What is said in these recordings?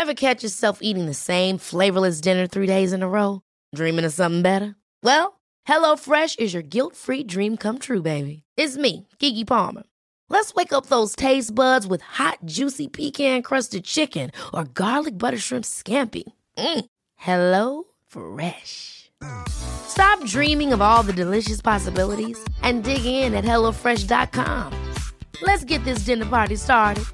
Ever catch yourself eating the same flavorless dinner 3 days in a row? Dreaming of something better? Well, HelloFresh is your guilt-free dream come true, baby. It's me, Keke Palmer. Let's wake up those taste buds with hot, juicy pecan-crusted chicken or garlic butter shrimp scampi. Hello Fresh. Stop dreaming of all the delicious possibilities and dig in at HelloFresh.com. Let's get this dinner party started.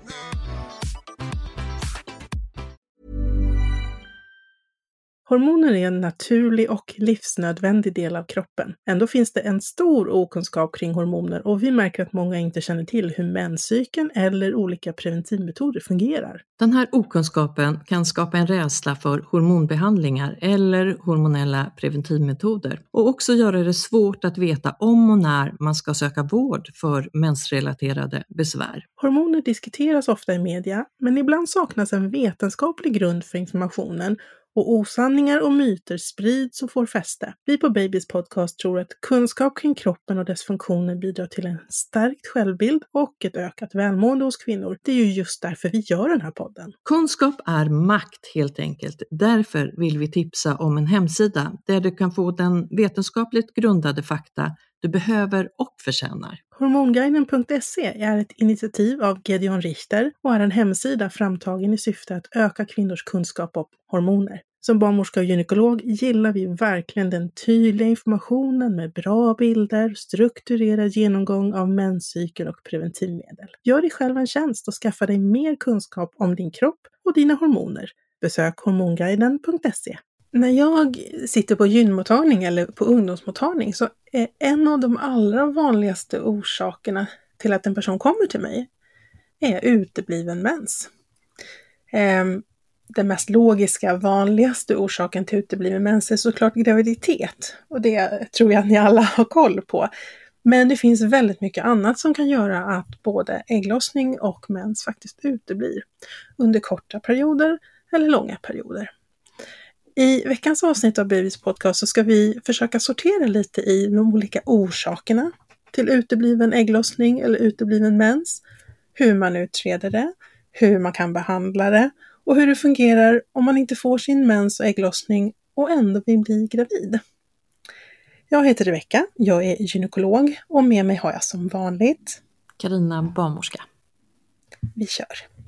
Hormoner är en naturlig och livsnödvändig del av kroppen. Ändå finns det en stor okunskap kring hormoner och vi märker att många inte känner till hur menscykeln eller olika preventivmetoder fungerar. Den här okunskapen kan skapa en rädsla för hormonbehandlingar eller hormonella preventivmetoder och också göra det svårt att veta om och när man ska söka vård för mensrelaterade besvär. Hormoner diskuteras ofta i media, men ibland saknas en vetenskaplig grund för informationen och osanningar och myter sprids och får fäste. Vi på Babys podcast tror att kunskap kring kroppen och dess funktioner bidrar till en stärkt självbild och ett ökat välmående hos kvinnor. Det är ju just därför vi gör den här podden. Kunskap är makt helt enkelt. Därför vill vi tipsa om en hemsida där du kan få den vetenskapligt grundade fakta du behöver och förtjänar. Hormonguiden.se är ett initiativ av Gedeon Richter och är en hemsida framtagen i syfte att öka kvinnors kunskap om hormoner. Som barnmorska och gynekolog gillar vi verkligen den tydliga informationen med bra bilder, strukturerad genomgång av menscykel och preventivmedel. Gör dig själv en tjänst och skaffa dig mer kunskap om din kropp och dina hormoner. Besök hormonguiden.se. När jag sitter på gynmottagning eller på ungdomsmottagning så är en av de allra vanligaste orsakerna till att en person kommer till mig är utebliven mens. Den mest logiska, vanligaste orsaken till utebliven mens är såklart graviditet. Och det tror jag att ni alla har koll på. Men det finns väldigt mycket annat som kan göra att både ägglossning och mens faktiskt uteblir. Under korta perioder eller långa perioder. I veckans avsnitt av Babys podcast så ska vi försöka sortera lite i de olika orsakerna till utebliven ägglossning eller utebliven mens. Hur man utreder det, hur man kan behandla det och hur det fungerar om man inte får sin mens och ägglossning och ändå vill bli gravid. Jag heter Rebecka, jag är gynekolog och med mig har jag som vanligt Carina, barnmorska. Vi kör!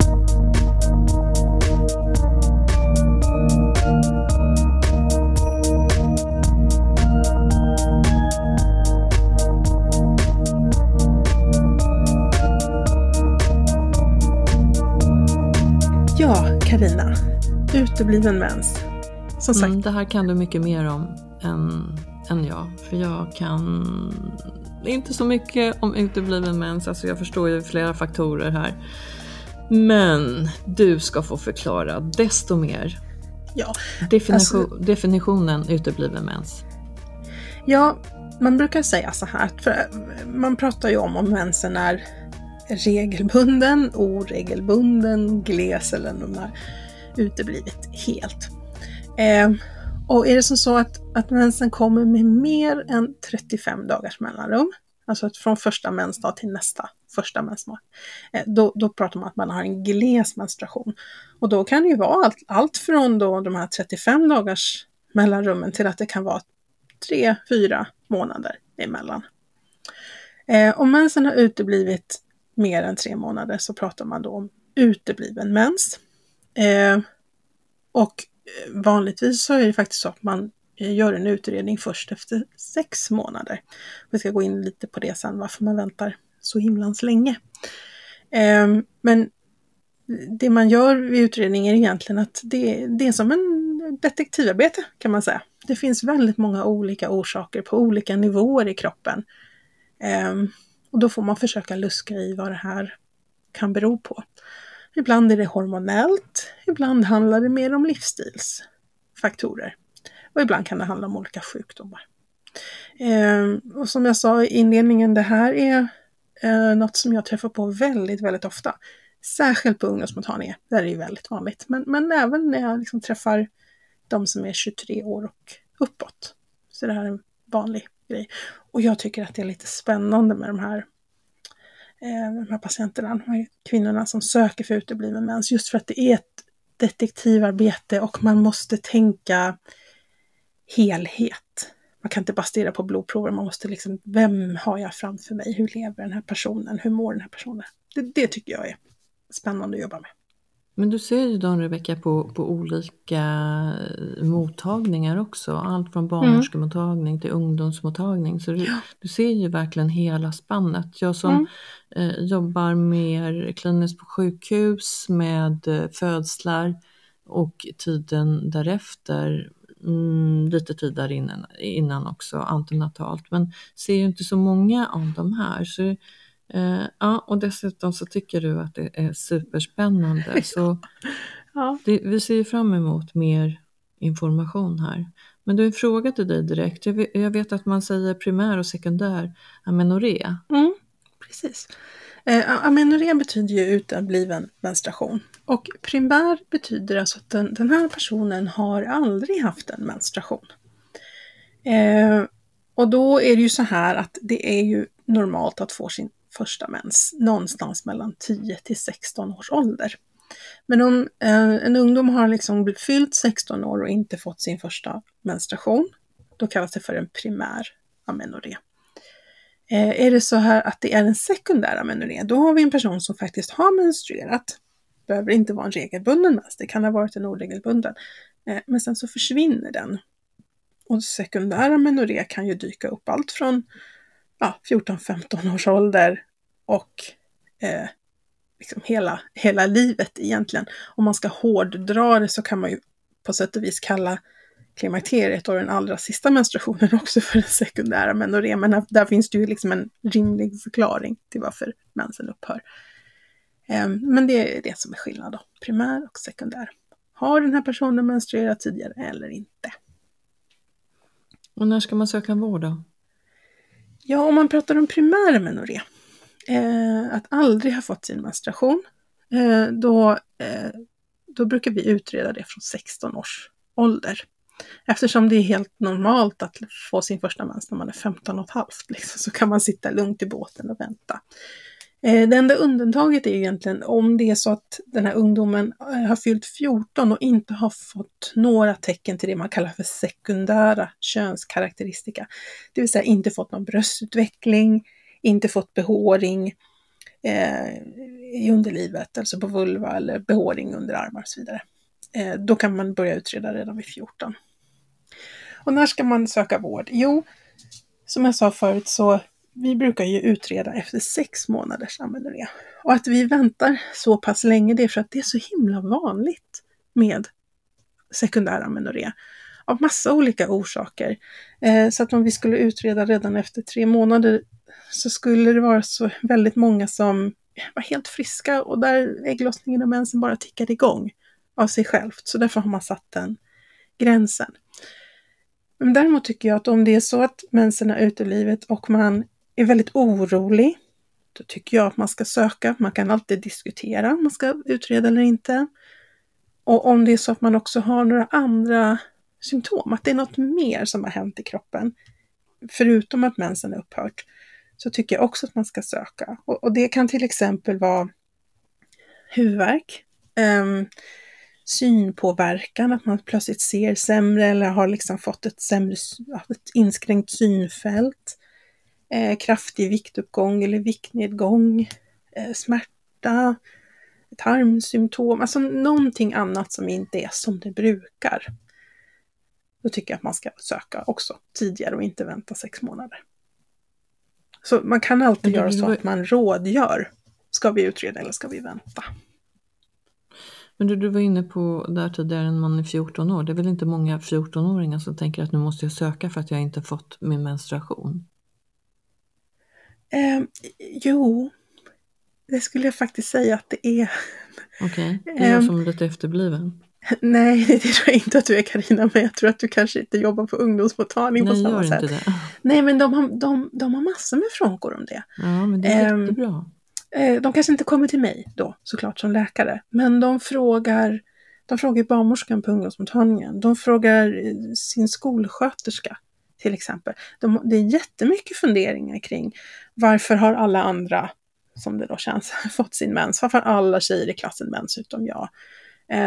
Ja, Carina. Utebliven mens. Som sagt. Det här kan du mycket mer om än jag. För jag kan inte så mycket om utebliven mens. Alltså jag förstår ju flera faktorer här. Men du ska få förklara desto mer. Ja. Definitionen utebliven mens. Ja, man brukar säga så här. För man pratar ju om mensen är regelbunden, oregelbunden, gles eller de har uteblivit helt. Och är det som så att mensen kommer med mer än 35 dagars mellanrum, alltså från första mensdag till nästa första mensdag, då pratar man att man har en gles menstruation. Och då kan det ju vara allt från då de här 35 dagars mellanrummen till att det kan vara 3-4 månader emellan. Om mensen har uteblivit mer än 3 månader så pratar man då om utebliven mens. Och vanligtvis så är det faktiskt så att man gör en utredning först efter 6 månader. Vi ska gå in lite på det sen, varför man väntar så himlans länge. Men det man gör vid utredningen är egentligen att det är som en detektivarbete kan man säga. Det finns väldigt många olika orsaker på olika nivåer i kroppen. Och då får man försöka luska i vad det här kan bero på. Ibland är det hormonellt, ibland handlar det mer om livsstilsfaktorer. Och ibland kan det handla om olika sjukdomar. Och som jag sa i inledningen, det här är något som jag träffar på väldigt, väldigt ofta. Särskilt på ungdomsmottagningar, där är det ju väldigt vanligt. Men även när jag liksom träffar de som är 23 år och uppåt. Så det här är en vanlig grej. Och jag tycker att det är lite spännande med de här patienterna, de här kvinnorna som söker för utebliven mens. Just för att det detektivarbete och man måste tänka helhet. Man kan inte bara stirra på blodprover, man måste liksom, vem har jag framför mig? Hur lever den här personen? Hur mår den här personen? Det tycker jag är spännande att jobba med. Men du ser ju då, Rebecka, på olika mottagningar också. Allt från barnmorskemottagning till ungdomsmottagning. Så du ser ju verkligen hela spannet. Jag som jobbar mer kliniskt på sjukhus med födslar och tiden därefter. Lite tid där innan också antenatalt. Men ser ju inte så många av de här. Så ja, och dessutom så tycker du att det är superspännande. Så Ja. vi ser ju fram emot mer information här. Men du, en fråga till dig direkt. Jag vet att man säger primär och sekundär amenorré. Precis. Amenorré betyder ju utebliven menstruation. Och primär betyder alltså att den här personen har aldrig haft en menstruation. Och då är det ju så här att det är ju normalt att få sin första mens någonstans mellan 10 till 16 års ålder. Men om en ungdom har liksom fyllt 16 år och inte fått sin första menstruation, då kallas det för en primär amenorré. Är det så här att det är en sekundär amenorré, då har vi en person som faktiskt har menstruerat. Det behöver inte vara en regelbunden mens, det kan ha varit en oregelbunden. Men sen så försvinner den. Och sekundär amenorré kan ju dyka upp allt från 14-15 års ålder och liksom hela livet egentligen. Om man ska hårddra det så kan man ju på sätt och vis kalla klimakteriet och den allra sista menstruationen också för en sekundär amenorré. Men där finns det ju liksom en rimlig förklaring till varför mensen upphör. Men det är det som är skillnad då. Primär och sekundär. Har den här personen menstruerat tidigare eller inte? Och när ska man söka vård då? Ja, om man pratar om primär amenorré, att aldrig ha fått sin menstruation, då brukar vi utreda det från 16 års ålder. Eftersom det är helt normalt att få sin första mens när man är 15,5 liksom, så kan man sitta lugnt i båten och vänta. Det enda undantaget är egentligen om det är så att den här ungdomen har fyllt 14 och inte har fått några tecken till det man kallar för sekundära könskarakteristika. Det vill säga inte fått någon bröstutveckling, inte fått behåring i underlivet, alltså på vulva eller behåring under armar och så vidare. Då kan man börja utreda redan vid 14. Och när ska man söka vård? Jo, som jag sa förut så vi brukar ju utreda efter 6 månaders amenorré. Och att vi väntar så pass länge, det är för att det är så himla vanligt med sekundär amenorré. Av massa olika orsaker. Så att om vi skulle utreda redan efter 3 månader så skulle det vara så väldigt många som var helt friska och där ägglossningen och mensen bara tickade igång av sig självt. Så därför har man satt den gränsen. Men däremot tycker jag att om det är så att mensen är uteblivet och man är väldigt orolig, då tycker jag att man ska söka. Man kan alltid diskutera om man ska utreda eller inte. Och om det är så att man också har några andra symptom, att det är något mer som har hänt i kroppen, förutom att mensen är upphört, så tycker jag också att man ska söka. Och det kan till exempel vara huvudvärk, synpåverkan, att man plötsligt ser sämre eller har liksom fått ett inskränkt synfält, kraftig viktuppgång eller viktnedgång, smärta, tarmsymptom, alltså någonting annat som inte är som det brukar. Då tycker jag att man ska söka också tidigare och inte vänta 6 månader. Så man kan alltid göra så att man rådgör. Ska vi utreda eller ska vi vänta? Men du var inne på där tidigare en man i 14 år. Det är väl inte många 14-åringar som tänker att nu måste jag söka för att jag inte fått min menstruation? Jo, det skulle jag faktiskt säga att det är. Okej, det är jag som är lite efterbliven. Nej, det tror jag inte att du är, Carina, men jag tror att du kanske inte jobbar på ungdomsmottagning på samma sätt. Inte det. Nej, men de har massor med frågor om det. Ja, men det är jättebra. De kanske inte kommer till mig då, såklart som läkare, men de frågar barnmorskan på ungdomsmottagningen. De frågar sin skolsköterska till exempel. Det är jättemycket funderingar kring varför har alla andra, som det då känns, fått sin mens. Varför har alla tjejer i klassen mens utom jag?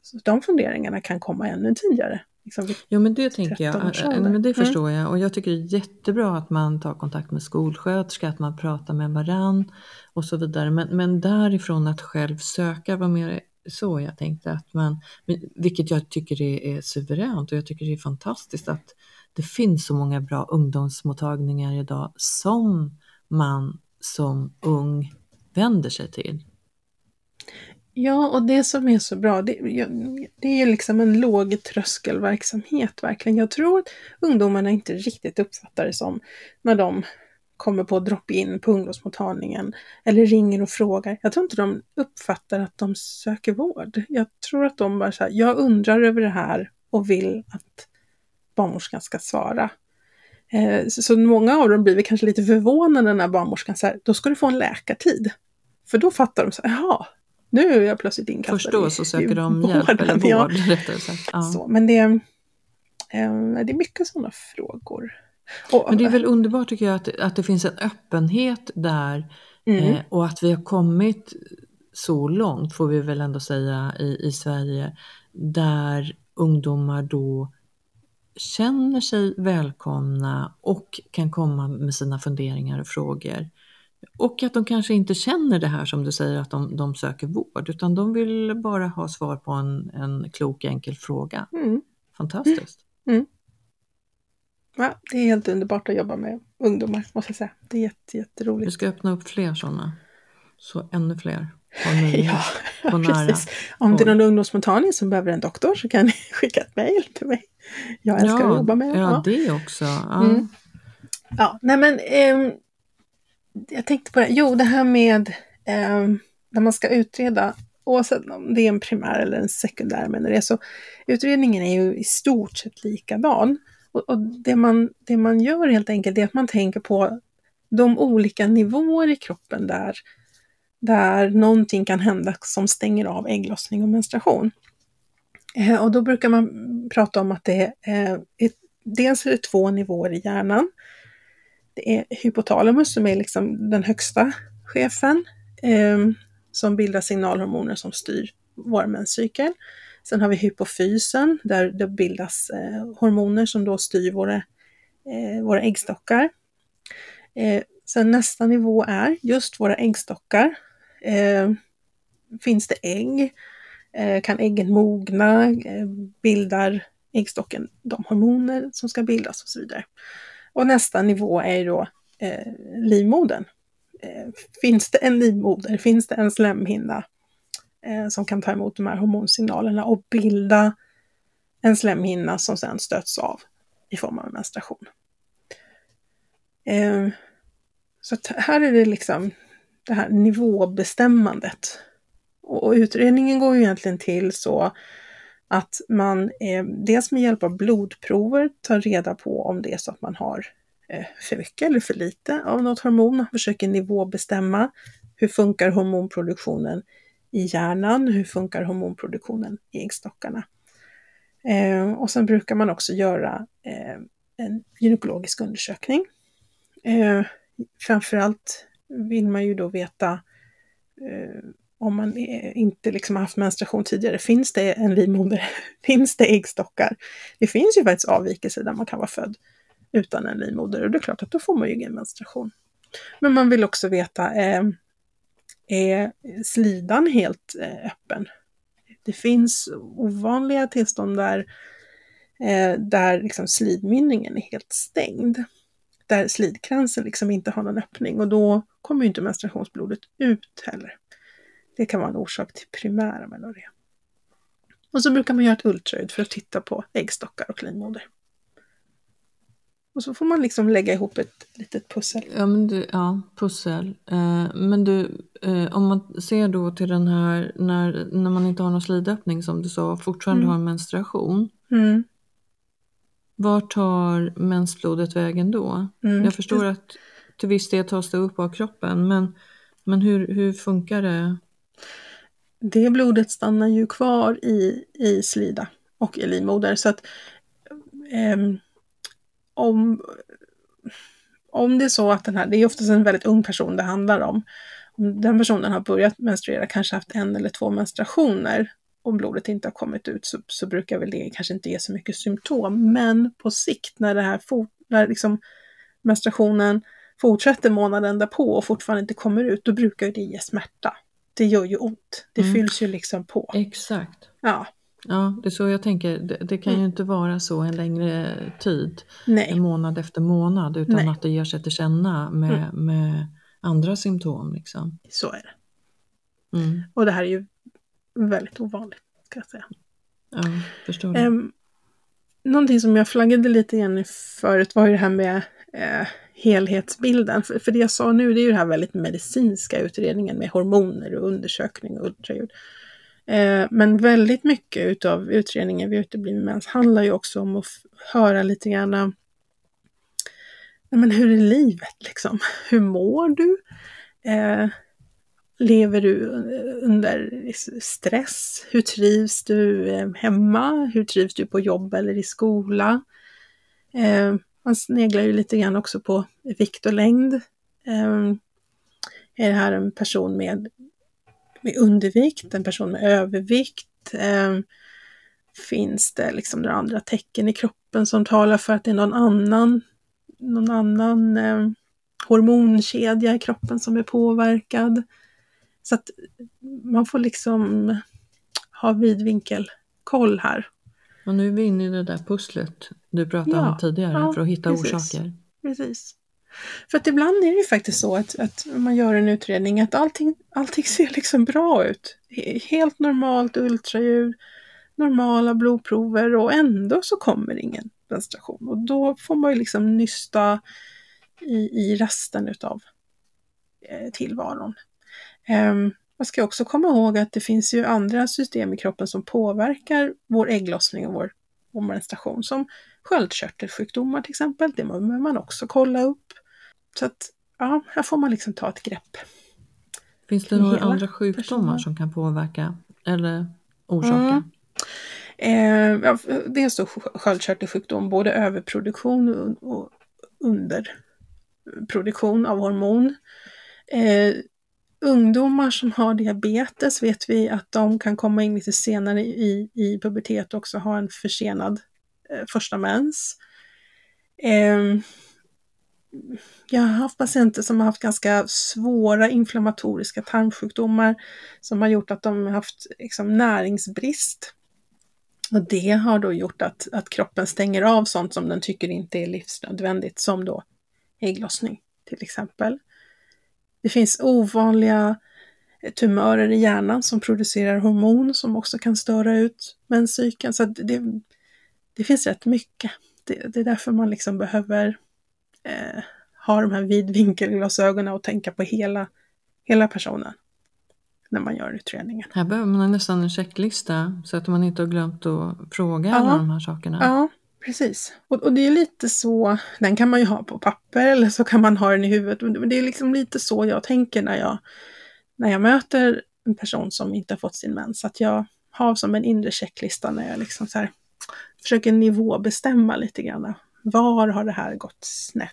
Så de funderingarna kan komma ännu tidigare. Liksom Jo, men det tänker jag, 13 års ålder. men det förstår jag, och jag tycker det är jättebra att man tar kontakt med skolsköterska, att man pratar med varann och så vidare, men därifrån att själv söka var mer så jag tänkte att man, vilket jag tycker är suveränt, och jag tycker det är fantastiskt att det finns så många bra ungdomsmottagningar idag som man som ung vänder sig till. Ja, och det som är så bra, det är ju liksom en låg tröskelverksamhet verkligen. Jag tror att ungdomarna inte riktigt uppfattar det som när de kommer på drop-in på ungdomsmottagningen eller ringer och frågar. Jag tror inte de uppfattar att de söker vård. Jag tror att de bara säger, jag undrar över det här och vill att barnmorskan ska svara. Så många av dem blir väl kanske lite förvånade när barnmorskan säger, då ska du få en läkartid. För då fattar de så här, jaha, nu är jag plötsligt inkastad. Först då så söker de hjälp eller vård. Ja. Rättare sagt. Ja. Så, men det är mycket sådana frågor. Men det är väl underbart tycker jag att det finns en öppenhet där och att vi har kommit så långt får vi väl ändå säga i Sverige, där ungdomar då känner sig välkomna och kan komma med sina funderingar och frågor. Och att de kanske inte känner det här som du säger att de söker vård, utan de vill bara ha svar på en klok enkel fråga. Fantastiskt. Ja, det är helt underbart att jobba med ungdomar, måste jag säga. Det är jätteroligt. Vi ska öppna upp fler sådana. Så ännu fler har möjlighet på nära. Precis. Om det är någon ungdomsmottagning som behöver en doktor så kan ni skicka ett mejl till mig. Jag älskar att jobba med. Ja, det också. Ja. Ja, nej men jag tänkte på det. Jo, det här med när man ska utreda, oavsett om det är en primär eller en sekundär, men det är så, utredningen är ju i stort sett likadan. Och det man gör helt enkelt är att man tänker på de olika nivåer i kroppen där någonting kan hända som stänger av ägglossning och menstruation. Och då brukar man prata om att det är dels är det 2 nivåer i hjärnan. Det är hypotalamus som är liksom den högsta chefen som bildar signalhormoner som styr vår menscykel. Sen har vi hypofysen där det bildas hormoner som då styr våra äggstockar. Sen nästa nivå är just våra äggstockar. Finns det ägg? Kan äggen mogna? Bildar äggstocken de hormoner som ska bildas och så vidare. Och nästa nivå är då livmodern. Finns det en livmoder? Finns det en slemhinna som kan ta emot de här hormonsignalerna och bilda en slemhinna som sedan stöts av i form av menstruation. Så här är det liksom det här nivåbestämmandet. Och utredningen går ju egentligen till så att man dels med hjälp av blodprover tar reda på om det är så att man har för mycket eller för lite av något hormon. Man försöker nivåbestämma hur funkar hormonproduktionen i hjärnan, hur funkar hormonproduktionen i äggstockarna. Och sen brukar man också göra en gynekologisk undersökning. Framförallt vill man ju då veta om man inte liksom haft menstruation tidigare. Finns det en livmoder? Finns det äggstockar? Det finns ju faktiskt avvikelser där man kan vara född utan en livmoder. Och det är klart att då får man ju ingen menstruation. Men man vill också veta, är slidan helt öppen? Det finns ovanliga tillstånd där liksom slidmynningen är helt stängd. Där slidkransen liksom inte har någon öppning. Och då kommer ju inte menstruationsblodet ut heller. Det kan vara en orsak till primära menorré. Och så brukar man göra ett ultraljud för att titta på äggstockar och livmoder. Och så får man liksom lägga ihop ett litet pussel. Ja, pussel. Men du, om man ser då till den här, när man inte har någon slidöppning som du sa, fortfarande har en menstruation. Var tar mensblodet vägen då? Jag förstår att till viss del tas det upp av kroppen, men hur funkar det? Det blodet stannar ju kvar i slida och i livmoder, så att om det är så att det är oftast en väldigt ung person det handlar om den personen har börjat menstruera, kanske haft 1 eller 2 menstruationer, om blodet inte har kommit ut så brukar väl det kanske inte ge så mycket symptom. Men på sikt när det här när liksom menstruationen fortsätter månaden därpå och fortfarande inte kommer ut, då brukar det ge smärta. Det gör ju ont. Det fylls ju liksom på. Exakt. Ja. Ja, det är så jag tänker. Det kan ju inte vara så en längre tid. Nej. En månad efter månad. Utan Nej. att det ger sig till känna med andra symptom. Liksom. Så är det. Mm. Och det här är ju väldigt ovanligt, ska jag säga. Ja, förstår du. Någonting som jag flaggade lite grann förut var ju det här med helhetsbilden. För det jag sa nu, det är ju det här väldigt medicinska utredningen med hormoner och undersökning och ultraljud. Men väldigt mycket utav utredningen vid utebliven mens handlar ju också om att höra lite grann men hur är livet liksom? Hur mår du? Lever du under stress? Hur trivs du hemma? Hur trivs du på jobb eller i skola? Man sneglar ju lite grann också på vikt och längd. Är det här en person med undervikt? En person med övervikt? Finns det liksom några andra tecken i kroppen som talar för att det är någon annan hormonkedja i kroppen som är påverkad? Så att man får liksom ha vidvinkelkoll här. Och nu är vi inne i det där pusslet du pratade om tidigare för att hitta orsaker. Precis. För att ibland är det ju faktiskt så att man gör en utredning att allting ser liksom bra ut. Helt normalt ultraljud, normala blodprover och ändå så kommer ingen menstruation. Och då får man ju liksom nysta i resten utav tillvaron. Man ska också komma ihåg att det finns ju andra system i kroppen som påverkar vår ägglossning och vår menstruation, som sköldkörtelsjukdomar till exempel. Det behöver man också kolla upp. Så att här får man liksom ta ett grepp. Finns det några andra sjukdomar som kan påverka eller orsaka? Dels då sköldkörtelsjukdom, både överproduktion och underproduktion av hormon. Ungdomar som har diabetes vet vi att de kan komma in lite senare i pubertet och också ha en försenad första mens. Jag har haft patienter som har haft ganska svåra inflammatoriska tarmsjukdomar som har gjort att de har haft liksom näringsbrist. Och det har då gjort att kroppen stänger av sånt som den tycker inte är livsnödvändigt, som då ägglossning till exempel. Det finns ovanliga tumörer i hjärnan som producerar hormon som också kan störa ut menscykeln. Så det finns rätt mycket. Det är därför man liksom behöver ha de här vidvinkelglasögonen och tänka på hela personen när man gör utredningen. Här behöver man nästan en checklista så att man inte har glömt att fråga alla de här sakerna. Ja, precis. Och det är lite så, den kan man ju ha på papper eller så kan man ha den i huvudet. Men det är liksom lite så jag tänker när jag möter en person som inte har fått sin mens. Att jag har som en inre checklista när jag liksom så här försöker nivåbestämma lite grann. Var har det här gått snett?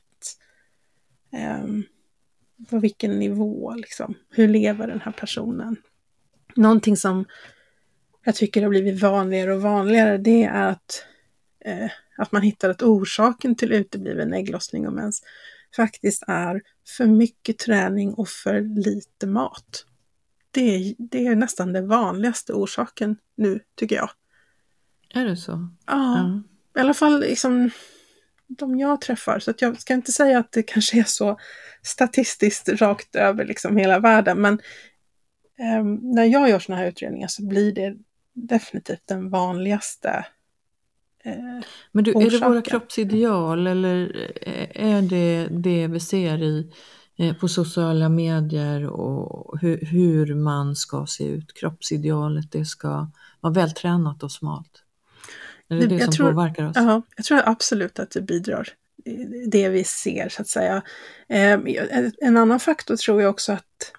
På vilken nivå liksom? Hur lever den här personen? Någonting som jag tycker har blivit vanligare och vanligare, det är att man hittar att orsaken till utebliven ägglossning och mens faktiskt är för mycket träning och för lite mat. Det är nästan den vanligaste orsaken nu, tycker jag. Är det så? Ja. I alla fall liksom de jag träffar. Så att jag ska inte säga att det kanske är så statistiskt rakt över liksom hela världen. Men när jag gör såna här utredningar så blir det definitivt den vanligaste Men du, orsaken. är det våra kroppsideal eller är det vi ser på sociala medier och hur man ska se ut? Kroppsidealet, det ska vara vältränat och smalt. Är det som påverkar oss? Ja, jag tror absolut att det bidrar. Det vi ser, så att säga. En annan faktor tror jag också att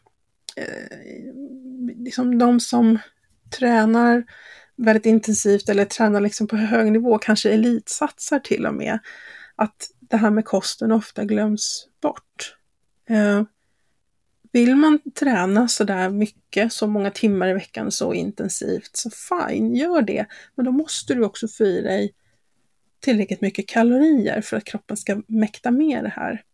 liksom de som tränar väldigt intensivt eller tränar liksom på hög nivå, kanske elitsatsar till och med, att det här med kosten ofta glöms bort. vill man träna så där mycket, så många timmar i veckan, så intensivt, så fine, gör det. Men då måste du också få i dig tillräckligt mycket kalorier för att kroppen ska mäkta med det här.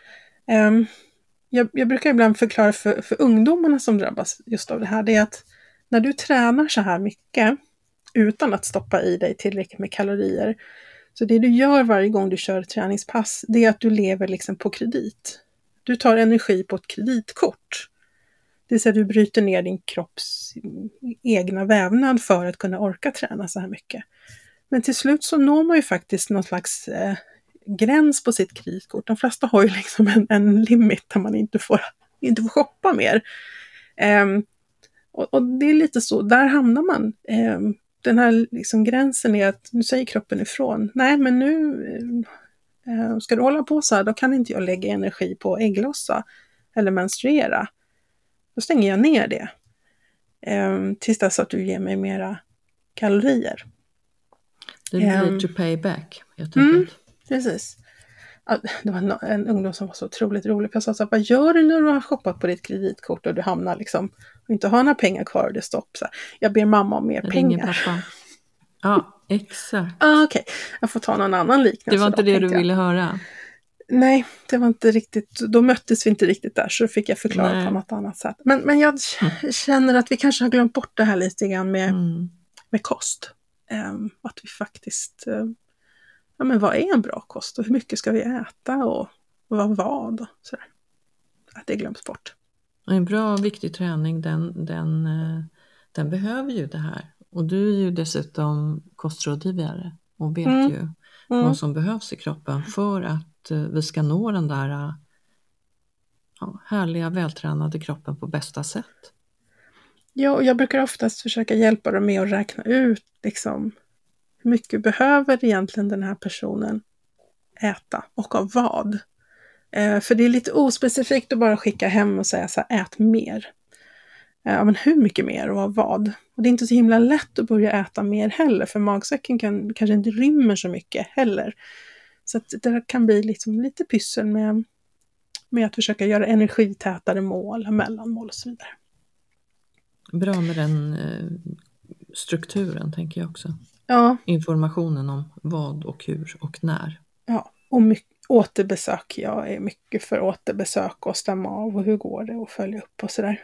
Jag brukar ibland förklara för ungdomarna som drabbas just av det här, det är att när du tränar så här mycket utan att stoppa i dig tillräckligt med kalorier, så det du gör varje gång du kör träningspass, det är att du lever liksom på kredit. Du tar energi på ett kreditkort. Det vill säga du bryter ner din kropps egna vävnad för att kunna orka träna så här mycket. Men till slut så når man ju faktiskt någon slags gräns på sitt kreditkort. De flesta har ju liksom en limit där man inte får shoppa mer. Och det är lite så, där hamnar man. Den här liksom gränsen är att nu säger kroppen ifrån. Nej, men nu ska du hålla på så här, då kan inte jag lägga energi på ägglossa eller menstruera. Då stänger jag ner det. Tills dess att du ger mig mera kalorier. Det blir to pay back, helt enkelt. Precis. Det var en ungdom som var så otroligt rolig. Jag sa så här, vad gör du när du har shoppat på ditt kreditkort och du hamnar liksom och inte har några pengar kvar och det stopp? Så här, jag ber mamma om mer pengar. Pappa. Ja, exakt. Okej. Jag får ta någon annan liknelse. Det var inte det du ville höra. Nej, det var inte riktigt, då möttes vi inte riktigt där, så fick jag förklara på något annat sätt. Men jag känner att vi kanske har glömt bort det här lite grann med kost. Att vi faktiskt, men vad är en bra kost och hur mycket ska vi äta och vad och sådär. Att det glöms bort. En bra och viktig träning, den behöver ju det här. Och du är ju dessutom kostrådgivare och vet ju vad som behövs i kroppen för att vi ska nå den där härliga, vältränade kroppen på bästa sätt. Ja, och jag brukar oftast försöka hjälpa dem med att räkna ut liksom, hur mycket behöver egentligen den här personen äta och av vad. För det är lite ospecifikt att bara skicka hem och säga så här, ät mer. Men hur mycket mer och av vad? Och det är inte så himla lätt att börja äta mer heller, för magsäcken kanske inte rymmer så mycket heller. Så att det kan bli liksom lite pyssel med att försöka göra energitätare mål, mellanmål och så vidare. Bra med den strukturen, tänker jag också. Ja. Informationen om vad och hur och när. Ja, och återbesök. Jag är mycket för återbesök och stämma av och hur går det och följa upp och sådär.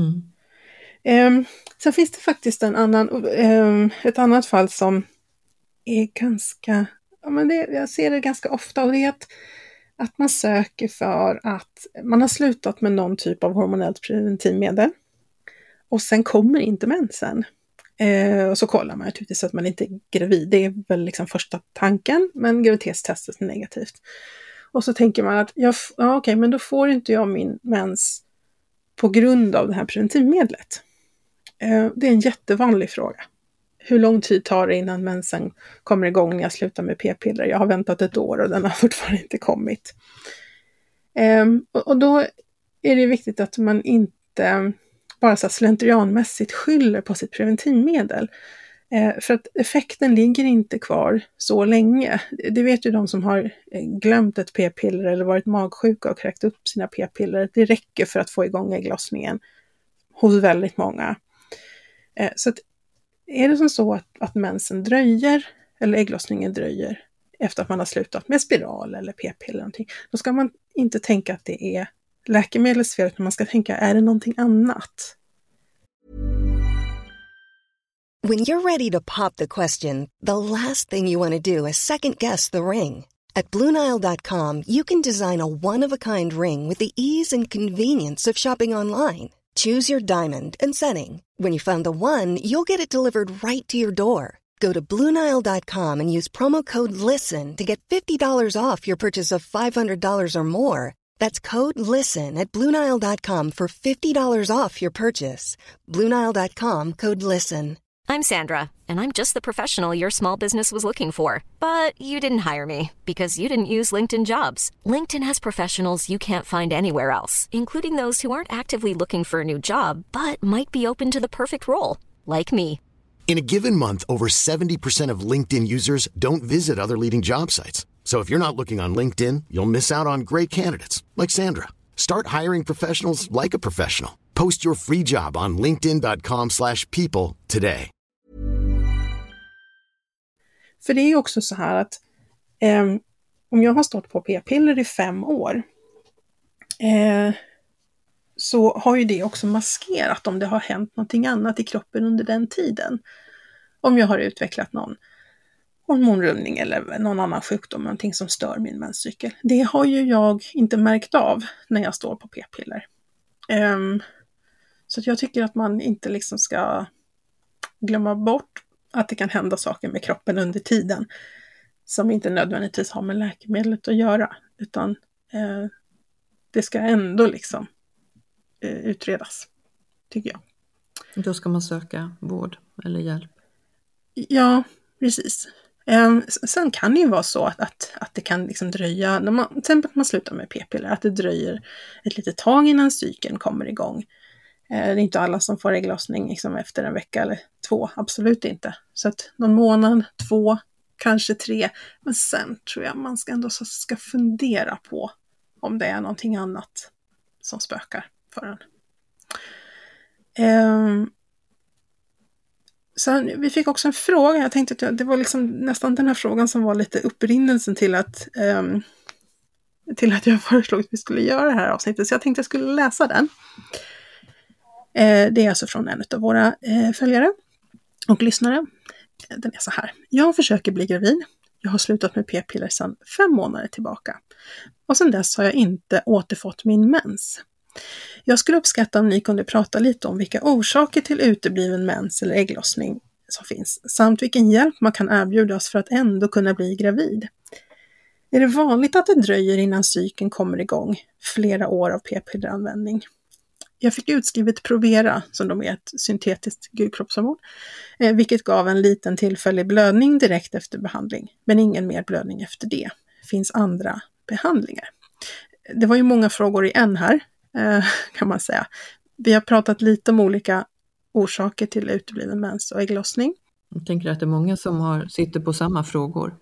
Sen finns det faktiskt ett annat fall som är ganska, jag ser det ganska ofta, och det är att man söker för att man har slutat med någon typ av hormonellt preventivmedel och sen kommer inte mensen. Och så kollar man naturligtvis att man inte är gravid. Det är väl liksom första tanken, men graviditetstestet är negativt. Och så tänker man att okej, men då får inte jag min mens på grund av det här preventivmedlet. Det är en jättevanlig fråga. Hur lång tid tar det innan mensen kommer igång när jag slutar med p-piller? Jag har väntat 1 år och den har fortfarande inte kommit. Och då är det viktigt att man inte bara så slentrianmässigt skyller på sitt preventivmedel. För att effekten ligger inte kvar så länge. Det vet ju de som har glömt ett p-piller eller varit magsjuka och kräkt upp sina p-piller. Det räcker för att få igång ägglossningen hos väldigt många. Så att är det som så att mensen dröjer eller ägglossningen dröjer efter att man har slutat med spiral eller p-piller eller någonting, då ska man inte tänka att det är läkemedelsfel, utan man ska tänka, är det någonting annat? When you're ready to pop the question, the last thing you want to do is second guess the ring. At BlueNile.com you can design a one-of-a-kind ring with the ease and convenience of shopping online. Choose your diamond and setting. When you find the one, you'll get it delivered right to your door. Go to BlueNile.com and use promo code LISTEN to get $50 off your purchase of $500 or more. That's code LISTEN at BlueNile.com for $50 off your purchase. BlueNile.com, code LISTEN. I'm Sandra, and I'm just the professional your small business was looking for. But you didn't hire me because you didn't use LinkedIn Jobs. LinkedIn has professionals you can't find anywhere else, including those who aren't actively looking for a new job, but might be open to the perfect role, like me. In a given month, over 70% of LinkedIn users don't visit other leading job sites. So if you're not looking on LinkedIn, you'll miss out on great candidates like Sandra. Start hiring professionals like a professional. Post your free job on linkedin.com/people today. För det är ju också så här att om jag har stått på p-piller i 5 år så har ju det också maskerat om det har hänt någonting annat i kroppen under den tiden. Om jag har utvecklat någon hormonrullning eller någon annan sjukdom, någonting som stör min menscykel. Det har ju jag inte märkt av när jag står på p-piller. Så att jag tycker att man inte liksom ska glömma bort att det kan hända saker med kroppen under tiden som inte nödvändigtvis har med läkemedlet att göra, utan det ska ändå liksom utredas, tycker jag. Då ska man söka vård eller hjälp. Ja, precis. Sen kan det ju vara så att det kan liksom dröja, när man, till exempel att man slutar med p-piller, att det dröjer ett litet tag innan cykeln kommer igång. Det är inte alla som får ägglossning liksom efter en vecka eller 2, absolut inte. Så att någon månad, 2, kanske 3, men sen tror jag man ska fundera på om det är någonting annat som spökar för en. Så vi fick också en fråga, jag tänkte att det var liksom nästan den här frågan som var lite upprinnelsen till att jag föreslog att vi skulle göra det här avsnittet, så jag tänkte att jag skulle läsa den. Det är alltså från en av våra följare och lyssnare. Den är så här: jag försöker bli gravid. Jag har slutat med p-piller sedan 5 månader tillbaka. Och sedan dess har jag inte återfått min mens. Jag skulle uppskatta om ni kunde prata lite om vilka orsaker till utebliven mens eller ägglossning som finns, samt vilken hjälp man kan erbjudas för att ändå kunna bli gravid. Är det vanligt att det dröjer innan cykeln kommer igång flera år av p-pilleranvändning? Jag fick utskrivet Provera, som de är ett syntetiskt gulkroppshormon, vilket gav en liten tillfällig blödning direkt efter behandling, men ingen mer blödning efter det. Finns andra behandlingar? Det var ju många frågor i en här, kan man säga. Vi har pratat lite om olika orsaker till utebliven mens och ägglossning. Jag tänker att det är många som sitter på samma frågor.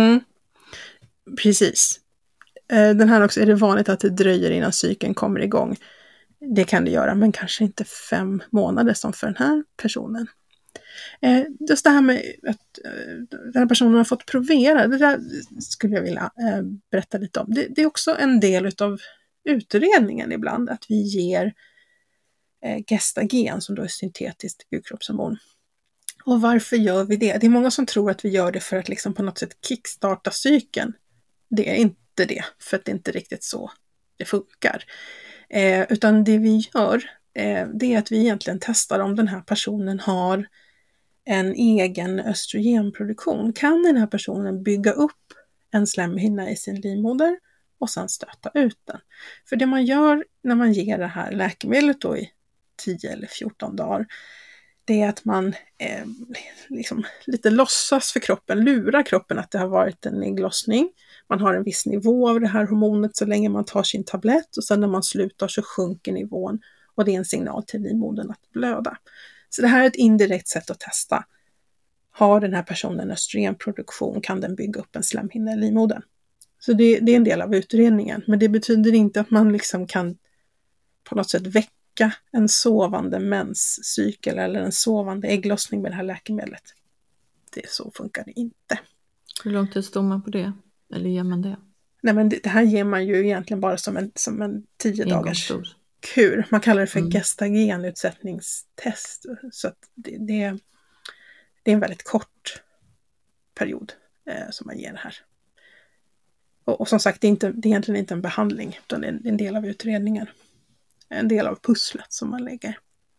Precis. Den här också, är det vanligt att det dröjer innan cykeln kommer igång? Det kan det göra, men kanske inte 5 månader som för den här personen. Just det här med att den här personen har fått Provera, det där skulle jag vilja berätta lite om. Det är också en del av utredningen ibland, att vi ger gestagen, som då är syntetiskt gulkroppshormon. Och varför gör vi det? Det är många som tror att vi gör det för att liksom på något sätt kickstarta cykeln. Det är inte det, för att det är inte riktigt så det funkar. Utan det vi gör, det är att vi egentligen testar om den här personen har en egen östrogenproduktion. Kan den här personen bygga upp en slemhinna i sin livmoder och sen stöta ut den? För det man gör när man ger det här läkemedlet då i 10 eller 14 dagar, det är att man liksom lite låtsas för kroppen, lurar kroppen att det har varit en ägglossning. Man har en viss nivå av det här hormonet så länge man tar sin tablett, och sen när man slutar så sjunker nivån, och det är en signal till livmodern att blöda. Så det här är ett indirekt sätt att testa. Har den här personen östrogenproduktion, kan den bygga upp en slemhinna i livmodern? Så det är en del av utredningen, men det betyder inte att man liksom kan på något sätt väcka en sovande menscykel eller en sovande ägglossning med det här läkemedlet. Så funkar det inte. Hur lång tid står man på det? Eller ger man det? Nej, men det här ger man ju egentligen bara som en 10 dagars kur. Man kallar det för gestagenutsättningstest. Så att det är en väldigt kort period som man ger det här. Och som sagt, det är egentligen inte en behandling, utan det är en del av utredningen. En del av pusslet som man lägger.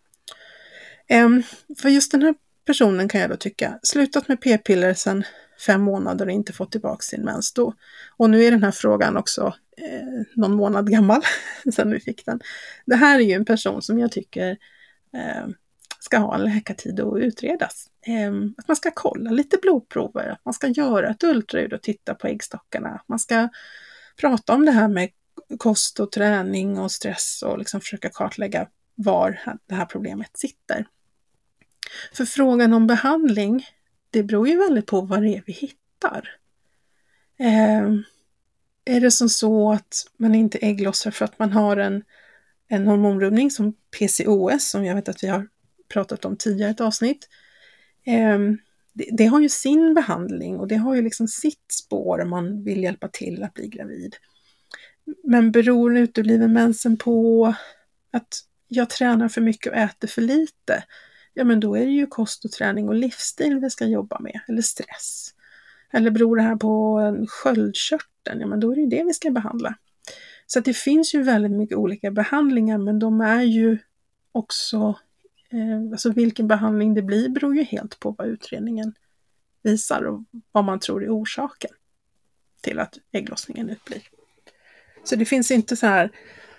För just den här personen kan jag då tycka, slutat med p-piller sedan 5 månader och inte fått tillbaka sin mens då. Och nu är den här frågan också någon månad gammal sedan vi fick den. Det här är ju en person som jag tycker ska ha en läkartid och utredas. Att man ska kolla lite blodprover, att man ska göra ett ultraljud och titta på äggstockarna. Man ska prata om det här med kost och träning och stress och liksom försöka kartlägga var det här problemet sitter. För frågan om behandling, det beror ju väldigt på vad det är vi hittar. är det som så att man inte ägglossar för att man har en hormonrubbning som PCOS, som jag vet att vi har pratat om tidigare i ett avsnitt. Det har ju sin behandling och det har ju liksom sitt spår om man vill hjälpa till att bli gravid. Men beror utebliven mensen på att jag tränar för mycket och äter för lite? Ja, men då är det ju kost och träning och livsstil vi ska jobba med, eller stress. Eller beror det här på sköldkörteln? Ja, men då är det ju det vi ska behandla. Så att det finns ju väldigt mycket olika behandlingar, men de är ju också, alltså vilken behandling det blir beror ju helt på vad utredningen visar och vad man tror är orsaken till att ägglossningen utblir. Så det finns inte så här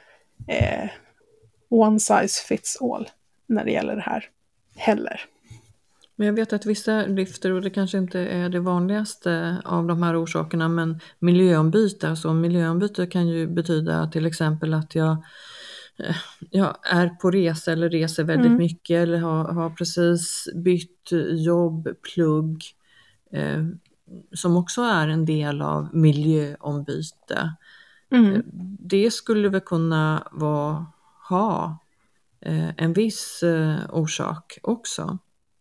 one size fits all när det gäller det här heller. Men jag vet att vissa lyfter, och det kanske inte är det vanligaste av de här orsakerna, men miljöombyte. Alltså miljöombyte kan ju betyda till exempel att jag är på resa eller reser väldigt mycket, eller har precis bytt jobb, plugg, som också är en del av miljöombyte. Det skulle väl kunna ha en viss orsak också.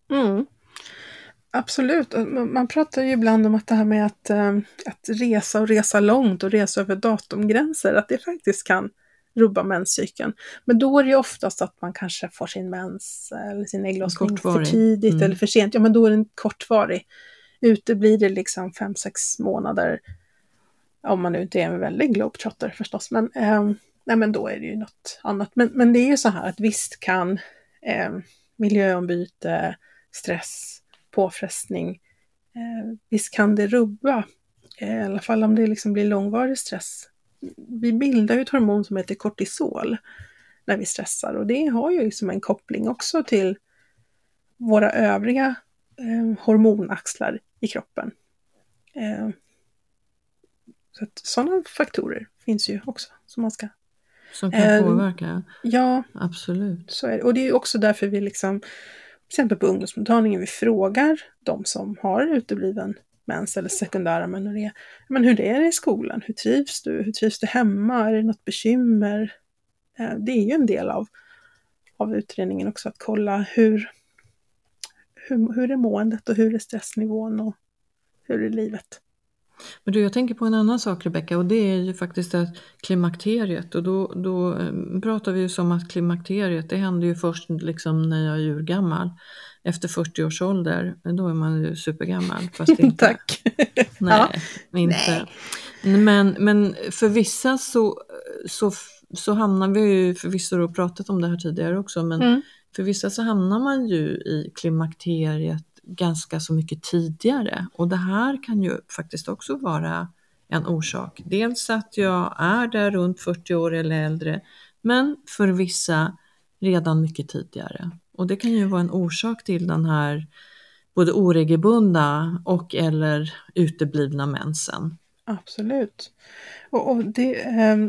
Absolut. Man pratar ju ibland om att det här med att resa och resa långt och resa över datumgränser, att det faktiskt kan rubba menscykeln. Men då är det ju oftast att man kanske får sin mens eller sin ägglossning för tidigt eller för sent. Ja, men då är den kortvarig. Ute blir det liksom 5-6 månader, om man nu inte är en väldigt globetrotter förstås. Men, nej, men då är det ju något annat. Men det är ju så här att visst kan miljöombyte, stress, påfrestning, visst kan det rubba, i alla fall om det liksom blir långvarig stress. Vi bildar ju ett hormon som heter kortisol när vi stressar, och det har ju liksom en koppling också till våra övriga hormonaxlar i kroppen. Så att sådana faktorer finns ju också som man ska... Som kan påverka? Ja, absolut. Så är det. Och det är också därför vi liksom, till exempel på ungdomsmottagningen, vi frågar de som har utebliven mens eller sekundära menorré, men hur det är i skolan, hur trivs du? Hur trivs du hemma? Är det något bekymmer? Det är ju en del av utredningen också, att kolla hur är måendet och hur är stressnivån och hur är livet. Men du, jag tänker på en annan sak, Rebecka, och det är ju faktiskt att klimakteriet, och då pratar vi ju som att klimakteriet, det händer ju först liksom när jag är urgammal. Efter 40 års ålder, då är man ju supergammal. Fast inte. Tack. Nej, inte. Nej. Men för vissa så hamnar vi ju, för vissa har pratat om det här tidigare också, men för vissa så hamnar man ju i klimakteriet ganska så mycket tidigare, och det här kan ju faktiskt också vara en orsak. Dels att jag är där runt 40 år eller äldre, men för vissa redan mycket tidigare. Och det kan ju vara en orsak till den här både oregelbundna och eller uteblivna mensen. Absolut. Och det,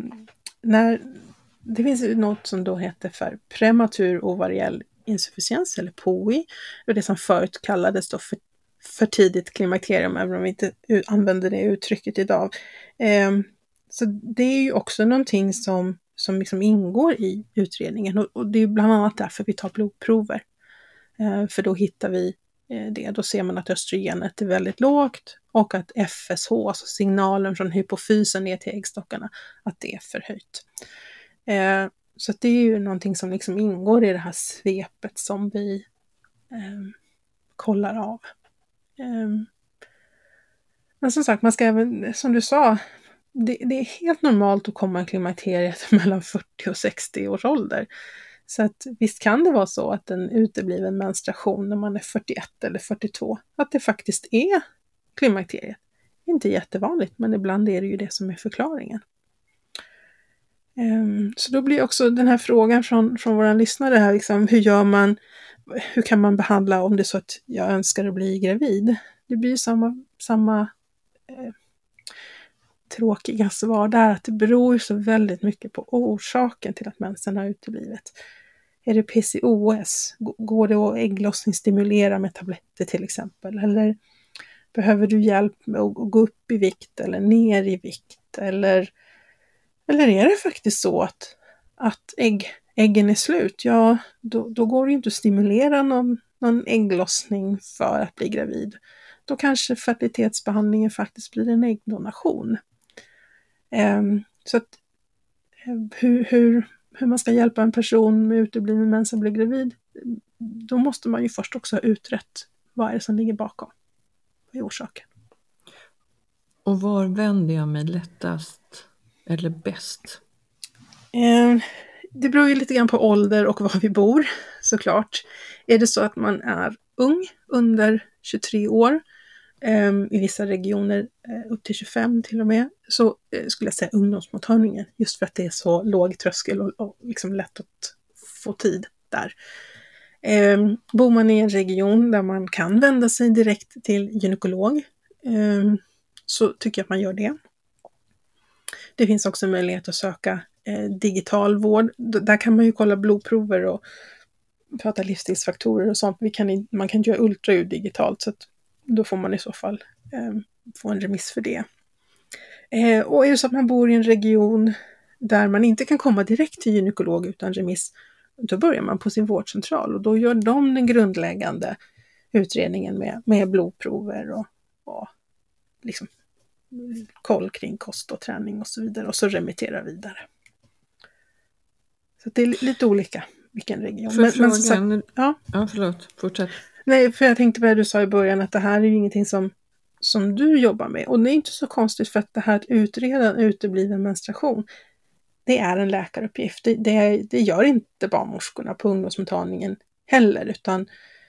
det finns ju något som då heter för prematur ovariell insufficiens eller POI, och det som förut kallades då för tidigt klimakterium, även om vi inte använder det uttrycket idag. Så det är ju också någonting som liksom ingår i utredningen, och det är bland annat därför vi tar blodprover. För då hittar vi det, då ser man att östrogenet är väldigt lågt och att FSH, alltså signalen från hypofysen ner till äggstockarna, att det är förhöjt. Så att det är ju någonting som liksom ingår i det här svepet som vi kollar av. Men som sagt, man ska även, som du sa, det är helt normalt att komma i klimakteriet mellan 40 och 60 års ålder. Så att visst kan det vara så att en utebliven menstruation när man är 41 eller 42, att det faktiskt är klimakteriet. Inte jättevanligt, men ibland är det ju det som är förklaringen. Så då blir också den här frågan från våra lyssnare här, liksom, hur kan man behandla om det är så att jag önskar att bli gravid? Det blir samma tråkiga svar där, att det beror så väldigt mycket på orsaken till att mensen har uteblivit. Är det PCOS? Går det att ägglossningsstimulera med tabletter till exempel? Eller Behöver du hjälp med att gå upp i vikt eller ner i vikt? Eller är det faktiskt så att äggen är slut? Ja, då går det inte att stimulera någon ägglossning för att bli gravid. Då kanske fertilitetsbehandlingen faktiskt blir en äggdonation. Så att hur man ska hjälpa en person med utebliven mens att bli gravid, då måste man ju först också ha utrett vad är det som ligger bakom. Vad är orsaken? Och var vänder jag mig lättast eller bäst? Det beror ju lite grann på ålder och var vi bor, såklart. Är det så att man är ung, under 23 år, i vissa regioner upp till 25 till och med, så skulle jag säga ungdomsmottagningen, just för att det är så låg tröskel och liksom lätt att få tid där. Bor man i en region där man kan vända sig direkt till gynekolog, så tycker jag att man gör det. Det finns också möjlighet att söka digital vård. Där kan man ju kolla blodprover och prata livsstilsfaktorer och sånt. Man kan göra ultraljud digitalt, så att då får man i så fall få en remiss för det. Och är det så att man bor i en region där man inte kan komma direkt till gynekolog utan remiss, då börjar man på sin vårdcentral och då gör de den grundläggande utredningen med blodprover och liksom koll kring kost och träning och så vidare, och så remitterar vidare. Så det är lite olika vilken region. Men ja, förlåt, fortsätt. Nej, för jag tänkte på det du sa i början, att det här är ju ingenting som du jobbar med. Och det är inte så konstigt, för att det här att utreda en utebliven menstruation, det är en läkaruppgift. Det gör inte barnmorskorna på ungdomsmottagningen heller, utan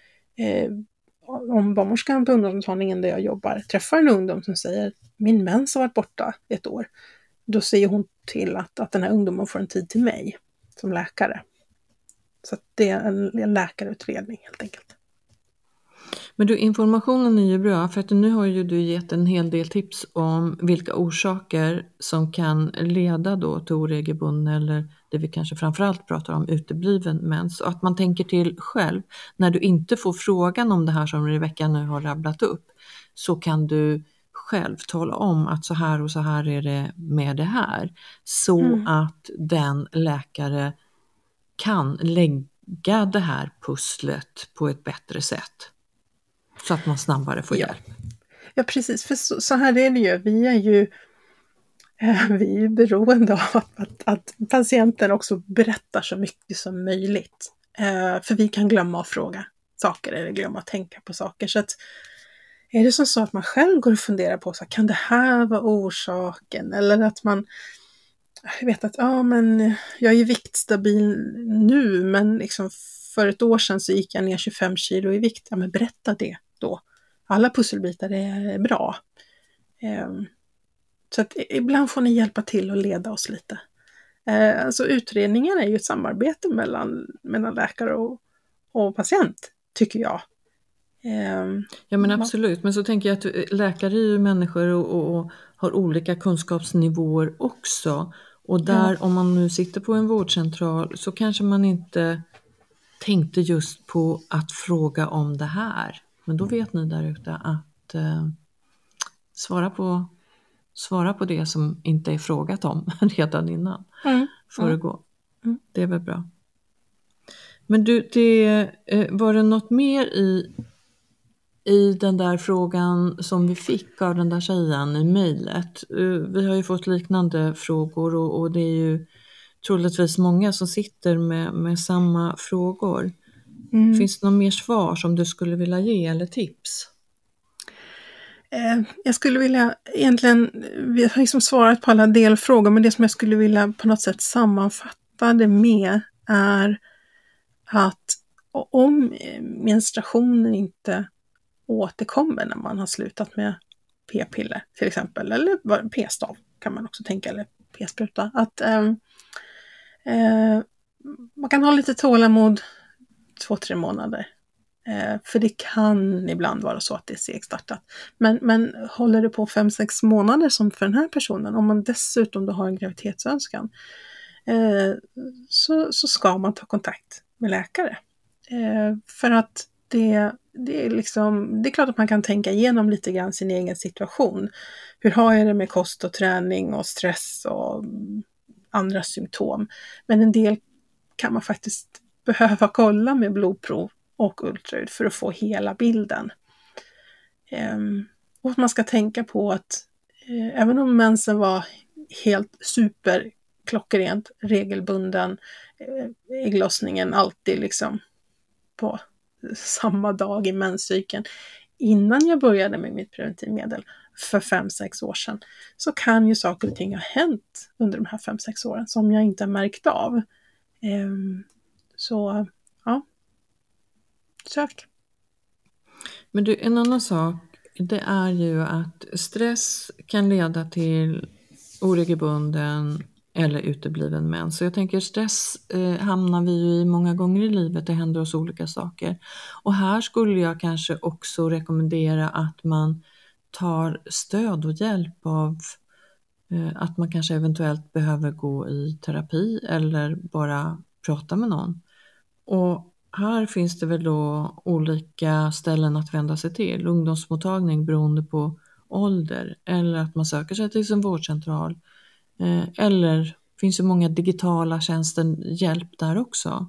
om barnmorskan på ungdomsmottagningen där jag jobbar träffar en ungdom som säger min mens har varit borta ett år, då säger hon till att den här ungdomen får en tid till mig som läkare. Så att det är en läkarutredning helt enkelt. Men du, informationen är ju bra, för att nu har ju du gett en hel del tips om vilka orsaker som kan leda då till oregelbunden, eller det vi kanske framförallt pratar om, utebliven mens. Och att man tänker till själv, när du inte får frågan om det här som Rebecka nu har rabblat upp, så kan du själv tala om att så här och så här är det med det här. Så att den läkare kan lägga det här pusslet på ett bättre sätt. Så att man snabbare får hjälp. Ja, precis. För så här är det ju. Vi är ju beroende av att patienten också berättar så mycket som möjligt. För vi kan glömma att fråga saker eller glömma att tänka på saker. Så att är det så att man själv går och funderar på så kan det här vara orsaken? Eller att man vet att men jag är viktstabil nu, men liksom för ett år sedan så gick jag ner 25 kilo i vikt. Ja, men berätta det då. Alla pusselbitar är bra. Så att ibland får ni hjälpa till och leda oss lite. Alltså utredningen är ju ett samarbete mellan läkare och patient, tycker jag. Ja, men absolut. Men så tänker jag att läkare är ju människor och har olika kunskapsnivåer också. Och där, om man nu sitter på en vårdcentral, så kanske man inte tänkte just på att fråga om det här. Men då vet ni där ute att svara på det som inte är frågat om redan innan. Föregå. Det är väl bra. Men du, var det något mer i den där frågan som vi fick av den där tjejen i mejlet? Vi har ju fått liknande frågor och det är ju troligtvis många som sitter med samma frågor. Finns det någon mer svar som du skulle vilja ge eller tips? Jag skulle vilja vi har liksom svarat på alla delfrågor, men det som jag skulle vilja på något sätt sammanfatta det med är att om menstruationen inte återkommer när man har slutat med p-piller till exempel, eller p-stav kan man också tänka, eller p-spruta, att man kan ha lite tålamod 2-3 månader. För det kan ibland vara så att det är segstartat. Men håller det på 5-6 månader som för den här personen, om man dessutom då har en graviditetsönskan, så ska man ta kontakt med läkare. För att det är liksom, det är klart att man kan tänka igenom lite grann sin egen situation. Hur har jag det med kost och träning och stress och andra symptom? Men en del kan man faktiskt behöva kolla med blodprov och ultraljud för att få hela bilden. Och att man ska tänka på att även om mensen var helt super klockrent, regelbunden, ägglossningen alltid liksom på samma dag i menscykeln innan jag började med mitt preventivmedel för 5-6 år sedan, så kan ju saker och ting ha hänt under de här 5-6 åren som jag inte har märkt av. Så ja, sök. Men du, en annan sak, det är ju att stress kan leda till oregelbunden eller utebliven mens. Så jag tänker stress hamnar vi ju i många gånger i livet, det händer oss olika saker. Och här skulle jag kanske också rekommendera att man tar stöd och hjälp av att man kanske eventuellt behöver gå i terapi eller bara prata med någon. Och här finns det väl då olika ställen att vända sig till. Ungdomsmottagning beroende på ålder, eller att man söker sig till sin vårdcentral. Eller finns det många digitala tjänster, hjälp där också.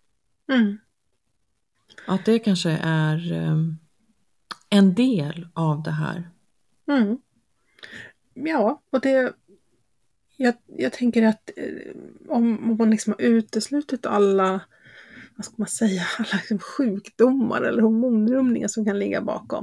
Att det kanske är en del av det här. Ja, och det jag tänker att om man liksom har uteslutit alla, vad ska man säga, alla liksom sjukdomar eller hormonrumningar som kan ligga bakom.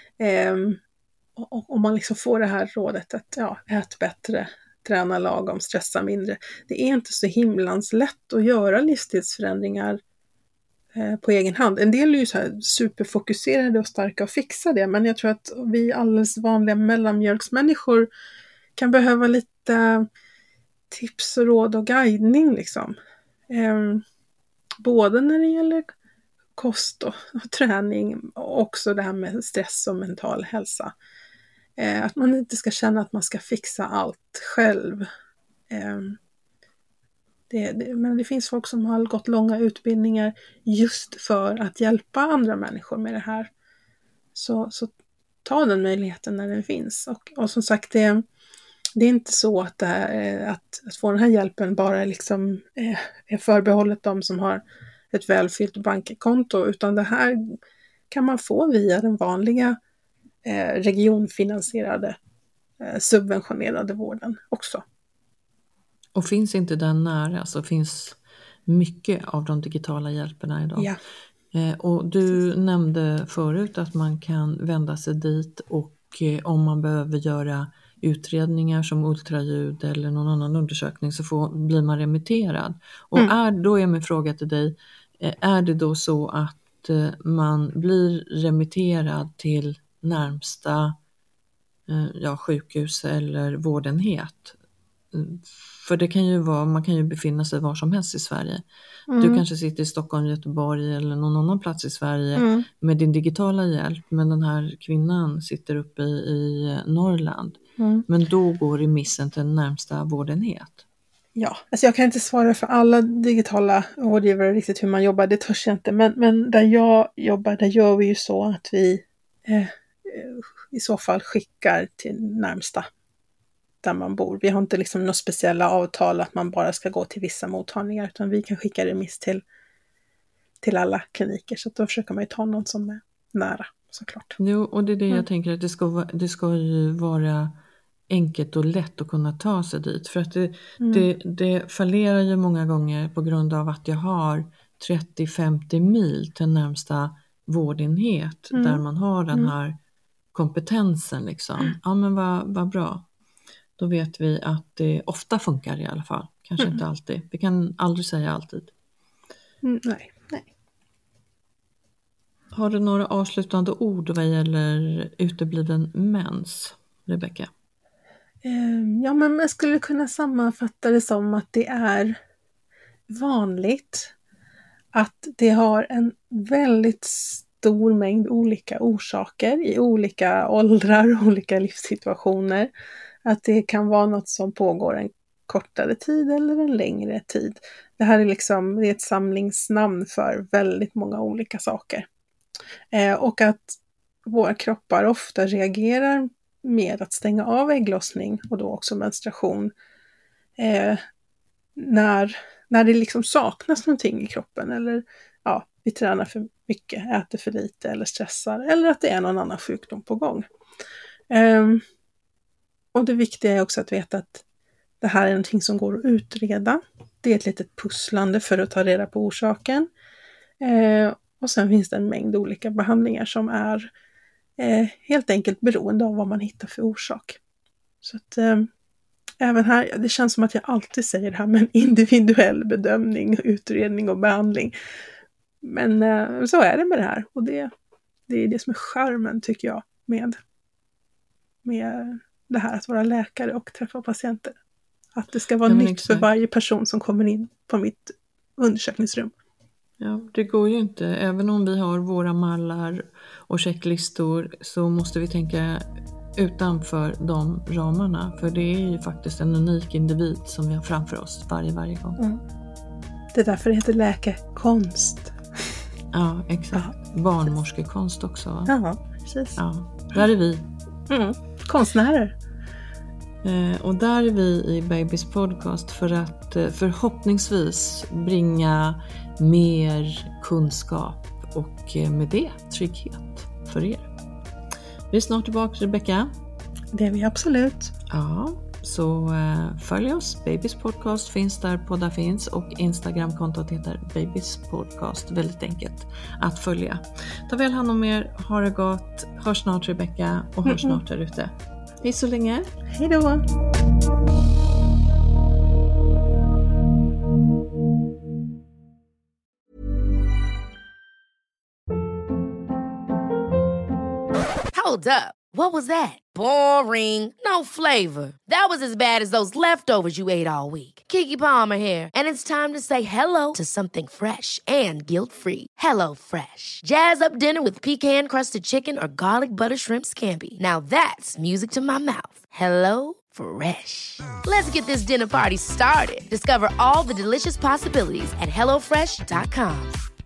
Och om man liksom får det här rådet att ät bättre, träna lagom, stressa mindre. Det är inte så himlans lätt att göra livsstilsförändringar på egen hand. En del är ju så här superfokuserade och starka och fixa det, men jag tror att vi alldeles vanliga mellanmjölksmänniskor kan behöva lite tips och råd och guidning liksom. Både när det gäller kost och träning och också det här med stress och mental hälsa. Att man inte ska känna att man ska fixa allt själv. Men det finns folk som har gått långa utbildningar just för att hjälpa andra människor med det här. Så ta den möjligheten när den finns. Och som sagt, det är inte så att, att få den här hjälpen bara liksom, är förbehållet de som har ett välfyllt bankkonto, utan det här kan man få via den vanliga regionfinansierade subventionerade vården också. Och finns inte den nära så finns mycket av de digitala hjälperna idag. Ja. Och du nämnde förut att man kan vända sig dit och om man behöver göra utredningar som ultraljud eller någon annan undersökning så blir man remitterad. Och då är min fråga till dig, är det då så att man blir remitterad till närmsta sjukhus eller vårdenhet? För det kan ju vara, man kan ju befinna sig var som helst i Sverige. Du kanske sitter i Stockholm, Göteborg eller någon annan plats i Sverige med din digitala hjälp. Men den här kvinnan sitter uppe i Norrland. Men då går remissen till den närmsta vårdenhet. Ja, alltså jag kan inte svara för alla digitala rådgivare riktigt hur man jobbar, det törs jag inte. Men där jag jobbar, där gör vi ju så att vi i så fall skickar till närmsta där man bor. Vi har inte liksom några speciella avtal att man bara ska gå till vissa mottagningar, utan vi kan skicka remiss till alla kliniker. Så då försöker man ju ta någon som är nära, såklart. Jo, och det är det jag tänker, att det ska ju vara enkelt och lätt att kunna ta sig dit. För att det fallerar ju många gånger på grund av att jag har 30-50 mil till närmsta vårdenhet där man har den här kompetensen liksom. Ja, men vad bra. Då vet vi att det ofta funkar i alla fall. Kanske inte alltid. Vi kan aldrig säga alltid. Nej. Har du några avslutande ord vad gäller utebliven mens, Rebecka? Ja, men man skulle kunna sammanfatta det som att det är vanligt att det har en väldigt stor mängd olika orsaker i olika åldrar och olika livssituationer. Att det kan vara något som pågår en kortare tid eller en längre tid. Det här är liksom, det är ett samlingsnamn för väldigt många olika saker. Och att våra kroppar ofta reagerar med att stänga av ägglossning och då också menstruation när det liksom saknas någonting i kroppen, eller vi tränar för mycket, äter för lite eller stressar, eller att det är någon annan sjukdom på gång. Och det viktiga är också att veta att det här är någonting som går att utreda. Det är ett litet pusslande för att ta reda på orsaken. Och sen finns det en mängd olika behandlingar som är helt enkelt beroende av vad man hittar för orsak. Så att även här, det känns som att jag alltid säger det här med en individuell bedömning, utredning och behandling. Men så är det med det här. Och det är det som är charmen, tycker jag, med det här att vara läkare och träffa patienter. Att det ska vara nytt för varje person som kommer in på mitt undersökningsrum. Ja, det går ju inte. Även om vi har våra mallar och checklistor så måste vi tänka utanför de ramarna. För det är ju faktiskt en unik individ som vi har framför oss varje gång. Mm. Det är därför det heter läkekonst. Ja, exakt. Ja. Barnmorskekonst också, va? Ja, precis. Ja, där är vi. Konstnärer. Och där är vi i Babys podcast för att förhoppningsvis bringa mer kunskap och med det trygghet för er. Vi är snart tillbaka, Rebecka. Det är vi absolut. Ja, så följ oss. Babys podcast finns där poddar finns och Instagramkontot heter Babys podcast. Väldigt enkelt att följa. Ta väl hand om er, ha det gott, hör snart Rebecka och hör snart där ute. Hej så länge. Hej då. Hold up. What was that? Boring. No flavor. That was as bad as those leftovers you ate all week. Keke Palmer here, and it's time to say hello to something fresh and guilt-free. Hello Fresh. Jazz up dinner with pecan-crusted chicken or garlic butter shrimp scampi. Now that's music to my mouth. Hello Fresh. Let's get this dinner party started. Discover all the delicious possibilities at hellofresh.com.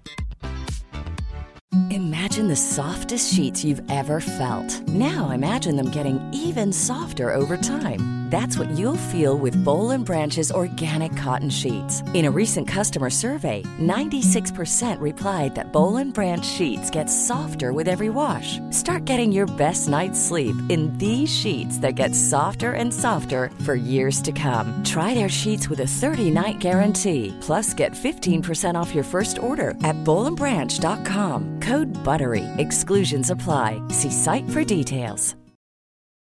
Imagine the softest sheets you've ever felt. Now imagine them getting even softer over time. That's what you'll feel with Boll & Branch's organic cotton sheets. In a recent customer survey, 96% replied that Boll & Branch sheets get softer with every wash. Start getting your best night's sleep in these sheets that get softer and softer for years to come. Try their sheets with a 30-night guarantee. Plus, get 15% off your first order at bollandbranch.com. Code BUTTERY. Exclusions apply. See site for details.